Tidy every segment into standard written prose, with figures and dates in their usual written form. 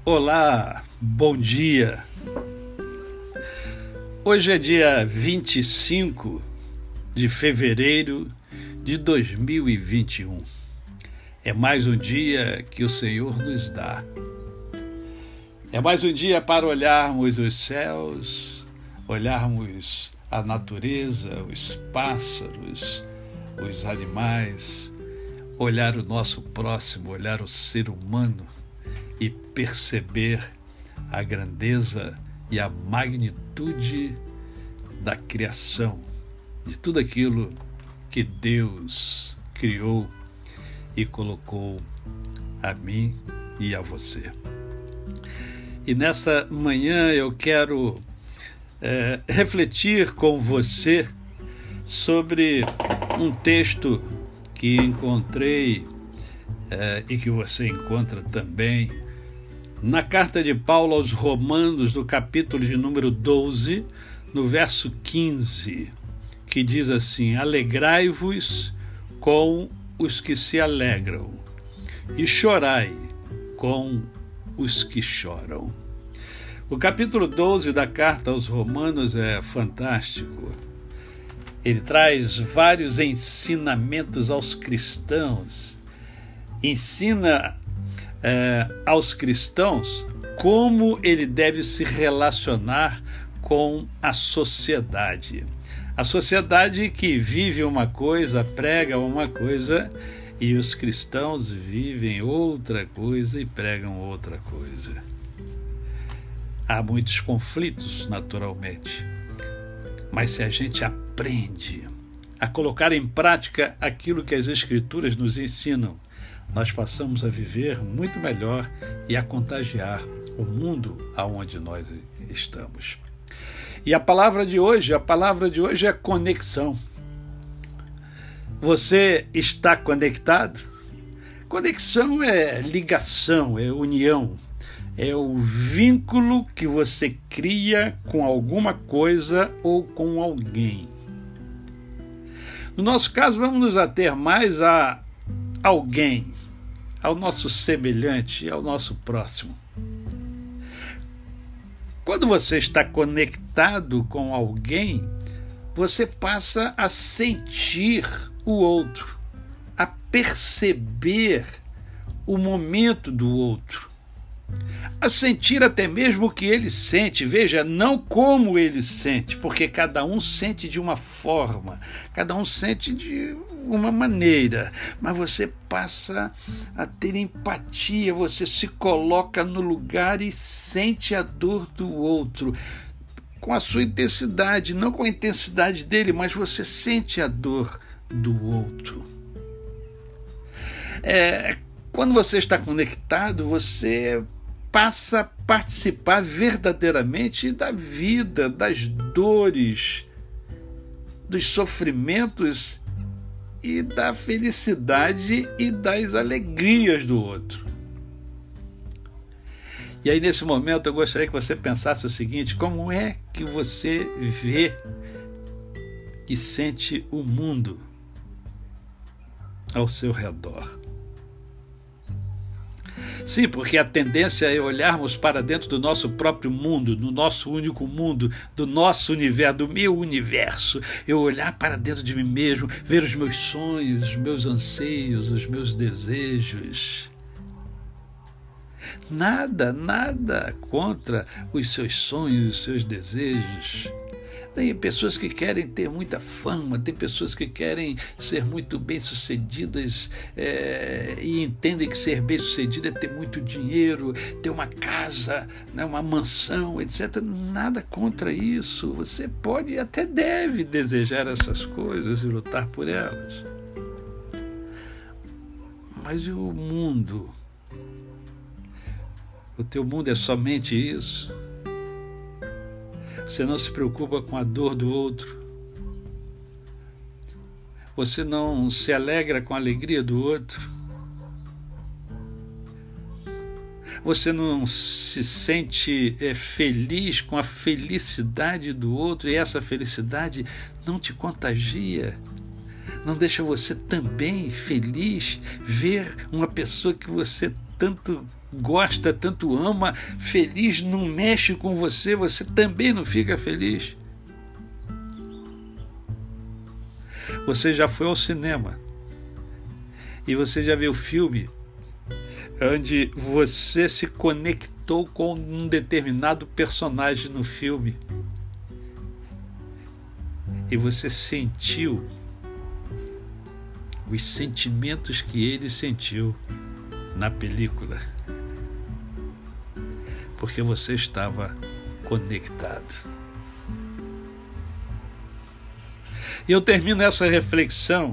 Olá, bom dia. Hoje é dia 25 de fevereiro de 2021. É mais um dia que o Senhor nos dá. É mais um dia para olharmos os céus, olharmos a natureza, os pássaros, os animais, olhar o nosso próximo, olhar o ser humano e perceber a grandeza e a magnitude da criação, de tudo aquilo que Deus criou e colocou a mim e a você. E nesta manhã eu quero refletir com você sobre um texto que encontrei e que você encontra também na carta de Paulo aos Romanos, no capítulo de número 12, no verso 15, que diz assim: alegrai-vos com os que se alegram e chorai com os que choram. O capítulo 12 da carta aos Romanos é fantástico. Ele traz vários ensinamentos aos cristãos, ensina aos cristãos como ele deve se relacionar com a sociedade. A sociedade que vive uma coisa, prega uma coisa, e os cristãos vivem outra coisa e pregam outra coisa. Há muitos conflitos, naturalmente, mas se a gente aprende a colocar em prática aquilo que as Escrituras nos ensinam, nós passamos a viver muito melhor e a contagiar o mundo aonde nós estamos. E a palavra de hoje é conexão. Você está conectado? Conexão é ligação, é união, é o vínculo que você cria com alguma coisa ou com alguém. No nosso caso, vamos nos ater mais a alguém, ao nosso semelhante, ao nosso próximo. Quando você está conectado com alguém, você passa a sentir o outro, a perceber o momento do outro, a sentir até mesmo o que ele sente. Veja, não como ele sente, porque cada um sente de uma forma, cada um sente de uma maneira, mas você passa a ter empatia, você se coloca no lugar e sente a dor do outro, com a sua intensidade, não com a intensidade dele, mas você sente a dor do outro. Quando você está conectado, você passa a participar verdadeiramente da vida, das dores, dos sofrimentos e da felicidade e das alegrias do outro. E aí, nesse momento, eu gostaria que você pensasse o seguinte: como é que você vê e sente o mundo ao seu redor? Sim, porque a tendência é olharmos para dentro do nosso próprio mundo, do nosso único mundo, do nosso universo, do meu universo. Eu olhar para dentro de mim mesmo, ver os meus sonhos, os meus anseios, os meus desejos. Nada contra os seus sonhos, os seus desejos. Tem pessoas que querem ter muita fama, tem pessoas que querem ser muito bem-sucedidas e entendem que ser bem-sucedido é ter muito dinheiro, ter uma casa, né, uma mansão, etc. Nada contra isso. Você pode e até deve desejar essas coisas e lutar por elas. Mas e o mundo? O teu mundo é somente isso? Você não se preocupa com a dor do outro? Você não se alegra com a alegria do outro? Você não se sente feliz com a felicidade do outro e essa felicidade não te contagia? Não deixa você também feliz ver uma pessoa que você tanto gosta, tanto ama, feliz, não mexe com você, você também não fica feliz? Você já foi ao cinema e você já viu filme onde você se conectou com um determinado personagem no filme e você sentiu os sentimentos que ele sentiu na película, porque você estava conectado. E eu termino essa reflexão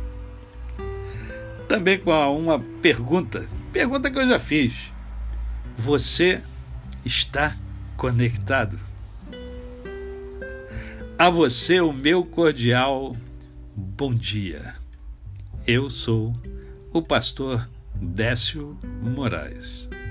também com uma pergunta que eu já fiz. Você está conectado? A você o meu cordial bom dia. Eu sou o pastor Décio Moraes.